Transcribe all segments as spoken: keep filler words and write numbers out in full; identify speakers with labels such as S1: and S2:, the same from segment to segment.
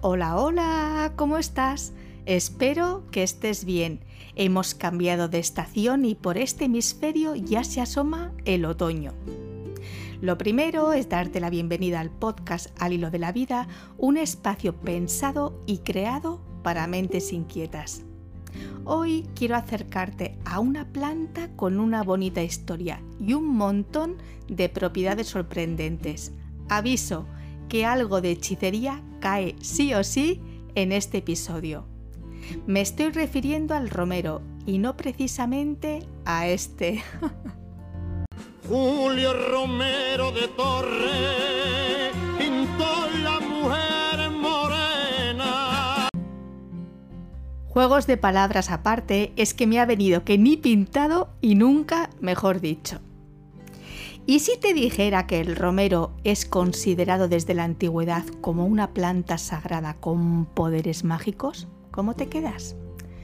S1: Hola, hola, ¿cómo estás? Espero que estés bien. Hemos cambiado de estación y por este hemisferio ya se asoma el otoño. Lo primero es darte la bienvenida al podcast Al Hilo de la Vida, un espacio pensado y creado para mentes inquietas. Hoy quiero acercarte a una planta con una bonita historia y un montón de propiedades sorprendentes. Aviso que algo de hechicería cae sí o sí en este episodio. Me estoy refiriendo al romero y no precisamente a este.
S2: Julio Romero de Torres pintó la mujer morena.
S1: Juegos de palabras aparte, es que me ha venido que ni pintado y nunca mejor dicho. ¿Y si te dijera que el romero es considerado desde la antigüedad como una planta sagrada con poderes mágicos? ¿Cómo te quedas?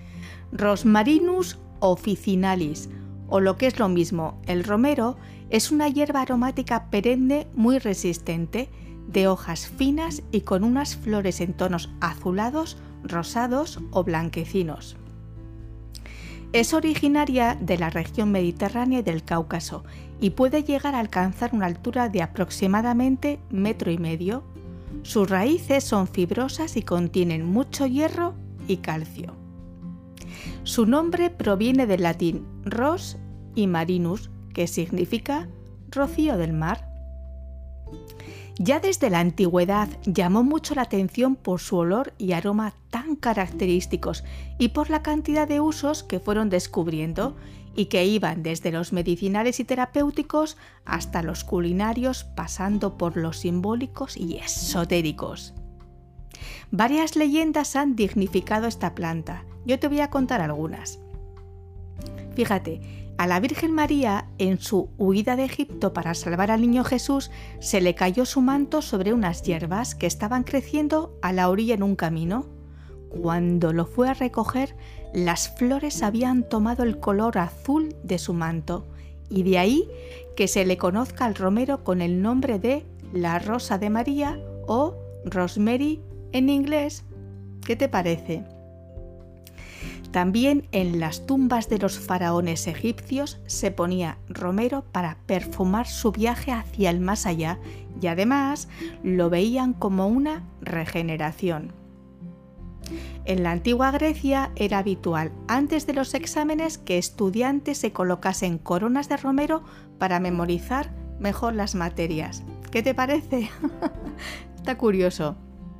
S1: Rosmarinus officinalis, o lo que es lo mismo, el romero es una hierba aromática perenne muy resistente, de hojas finas y con unas flores en tonos azulados, rosados o blanquecinos. Es originaria de la región mediterránea y del Cáucaso y puede llegar a alcanzar una altura de aproximadamente metro y medio. Sus raíces son fibrosas y contienen mucho hierro y calcio. Su nombre proviene del latín ros y marinus, que significa rocío del mar. Ya desde la antigüedad llamó mucho la atención por su olor y aroma tan característicos y por la cantidad de usos que fueron descubriendo y que iban desde los medicinales y terapéuticos hasta los culinarios, pasando por los simbólicos y esotéricos. Varias leyendas han dignificado esta planta. Yo te voy a contar algunas. Fíjate, a la Virgen María, en su huida de Egipto para salvar al niño Jesús, se le cayó su manto sobre unas hierbas que estaban creciendo a la orilla en un camino. Cuando lo fue a recoger, las flores habían tomado el color azul de su manto, y de ahí que se le conozca al romero con el nombre de la Rosa de María o Rosemary en inglés. ¿Qué te parece? También en las tumbas de los faraones egipcios se ponía romero para perfumar su viaje hacia el más allá y además lo veían como una regeneración. En la antigua Grecia era habitual antes de los exámenes que estudiantes se colocasen coronas de romero para memorizar mejor las materias. ¿Qué te parece? Está curioso.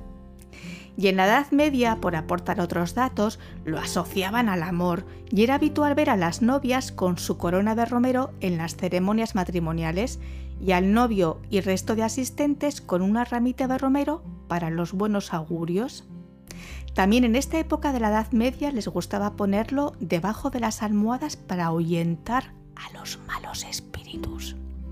S1: Y en la Edad Media, por aportar otros datos, lo asociaban al amor y era habitual ver a las novias con su corona de romero en las ceremonias matrimoniales y al novio y resto de asistentes con una ramita de romero para los buenos augurios. También en esta época de la Edad Media les gustaba ponerlo debajo de las almohadas para ahuyentar a los malos espíritus.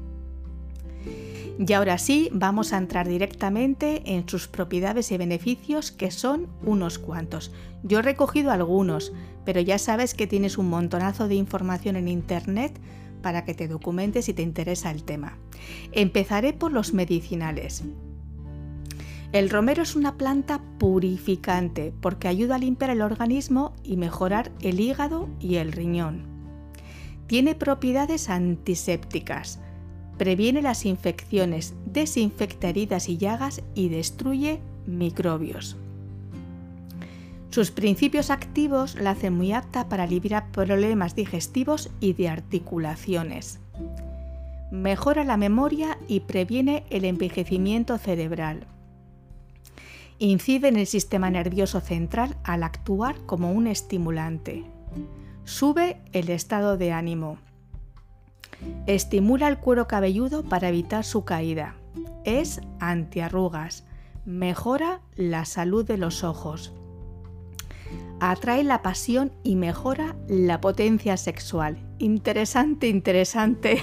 S1: Y ahora sí, vamos a entrar directamente en sus propiedades y beneficios, que son unos cuantos. Yo he recogido algunos, pero ya sabes que tienes un montonazo de información en internet para que te documentes si te interesa el tema. Empezaré por los medicinales. El romero es una planta purificante porque ayuda a limpiar el organismo y mejorar el hígado y el riñón. Tiene propiedades antisépticas. Previene las infecciones, desinfecta heridas y llagas y destruye microbios. Sus principios activos la hacen muy apta para aliviar problemas digestivos y de articulaciones. Mejora la memoria y previene el envejecimiento cerebral. Incide en el sistema nervioso central al actuar como un estimulante. Sube el estado de ánimo. Estimula el cuero cabelludo para evitar su caída. Es antiarrugas. Mejora la salud de los ojos. Atrae la pasión y mejora la potencia sexual. Interesante, interesante.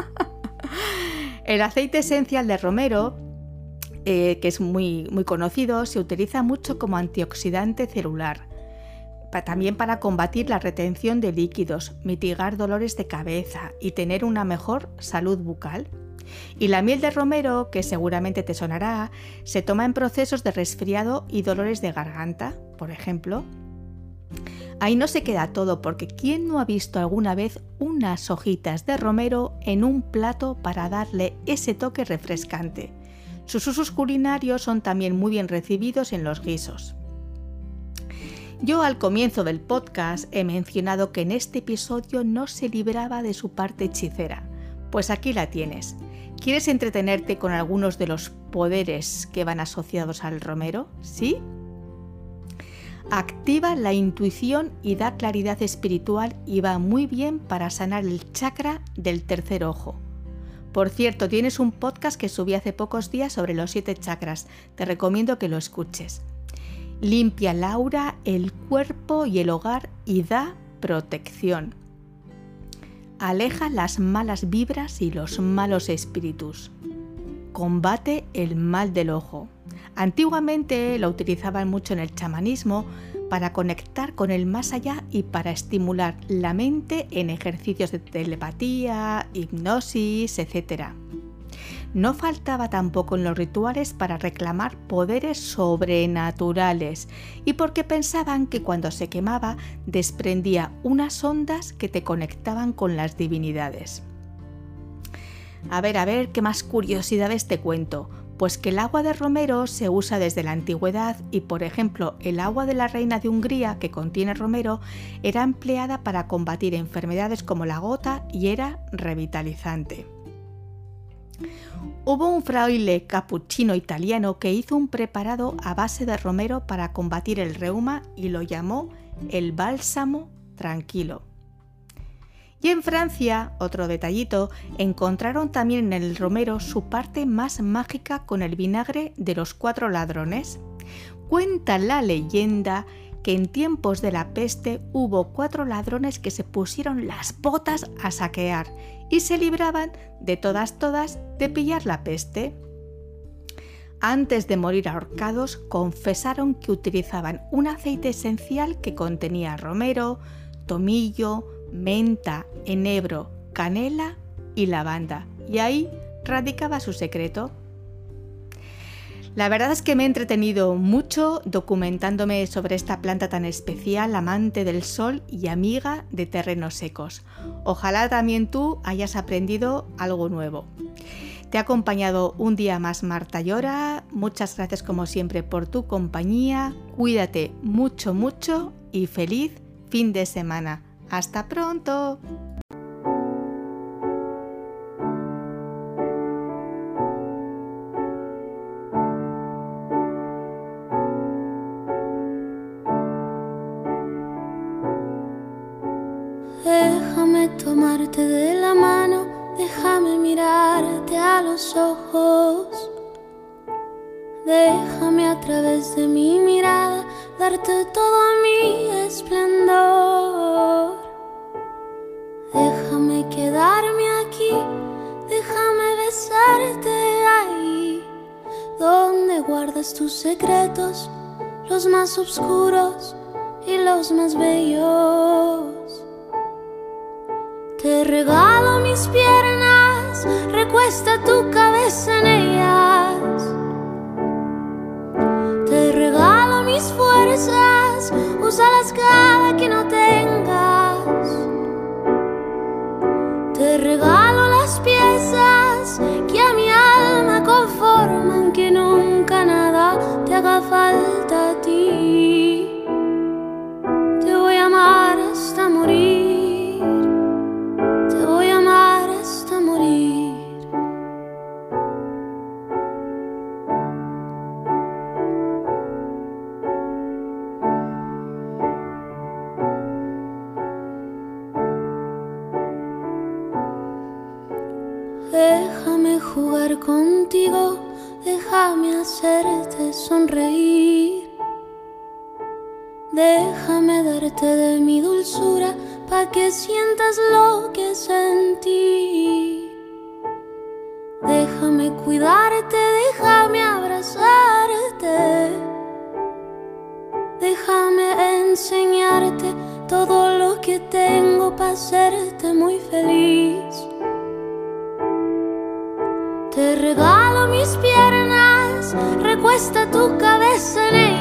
S1: El aceite esencial de romero, eh, que es muy, muy conocido, se utiliza mucho como antioxidante celular. También para combatir la retención de líquidos, mitigar dolores de cabeza y tener una mejor salud bucal. Y la miel de romero, que seguramente te sonará, se toma en procesos de resfriado y dolores de garganta, por ejemplo. Ahí no se queda todo, porque ¿quién no ha visto alguna vez unas hojitas de romero en un plato para darle ese toque refrescante? Sus usos culinarios son también muy bien recibidos en los guisos. Yo al comienzo del podcast he mencionado que en este episodio no se libraba de su parte hechicera. Pues aquí la tienes. ¿Quieres entretenerte con algunos de los poderes que van asociados al romero? ¿Sí? Activa la intuición y da claridad espiritual y va muy bien para sanar el chakra del tercer ojo. Por cierto, tienes un podcast que subí hace pocos días sobre los siete chakras. Te recomiendo que lo escuches. Limpia el aura, el cuerpo y el hogar y da protección. Aleja las malas vibras y los malos espíritus. Combate el mal del ojo. Antiguamente lo utilizaban mucho en el chamanismo para conectar con el más allá y para estimular la mente en ejercicios de telepatía, hipnosis, etcétera. No faltaba tampoco en los rituales para reclamar poderes sobrenaturales y porque pensaban que cuando se quemaba desprendía unas ondas que te conectaban con las divinidades. A ver, a ver, ¿qué más curiosidades te cuento? Pues que el agua de romero se usa desde la antigüedad y, por ejemplo, el agua de la reina de Hungría que contiene romero era empleada para combatir enfermedades como la gota y era revitalizante. Hubo un fraile capuchino italiano que hizo un preparado a base de romero para combatir el reuma y lo llamó el bálsamo tranquilo. Y en Francia, otro detallito, encontraron también en el romero su parte más mágica con el vinagre de los cuatro ladrones. Cuenta la leyenda que en tiempos de la peste hubo cuatro ladrones que se pusieron las botas a saquear y se libraban de todas todas de pillar la peste. Antes de morir ahorcados, confesaron que utilizaban un aceite esencial que contenía romero, tomillo, menta, enebro, canela y lavanda, y ahí radicaba su secreto. La verdad es que me he entretenido mucho documentándome sobre esta planta tan especial, amante del sol y amiga de terrenos secos. Ojalá también tú hayas aprendido algo nuevo. Te ha acompañado un día más Marta Llora. Muchas gracias como siempre por tu compañía. Cuídate mucho, mucho y feliz fin de semana. ¡Hasta pronto!
S3: Déjame tomarte de la mano, déjame mirarte a los ojos. Déjame a través de mi mirada darte todo mi esplendor. Déjame quedarme aquí, déjame besarte ahí, donde guardas tus secretos, los más oscuros y los más bellos. Te regalo mis piernas, recuesta tu cabeza en ellas. Te regalo mis fuerzas, úsalas cada que no tengas. Te regalo las piezas que a mi alma conforman, que nunca nada te haga falta a ti. Te voy a amar hasta morir. Déjame jugar contigo, déjame hacerte sonreír. Déjame darte de mi dulzura, pa' que sientas lo que sentí. Déjame cuidarte, déjame abrazarte. Déjame enseñarte todo lo que tengo pa' hacerte muy feliz. Te regalo mis piernas, recuesta tu cabeza en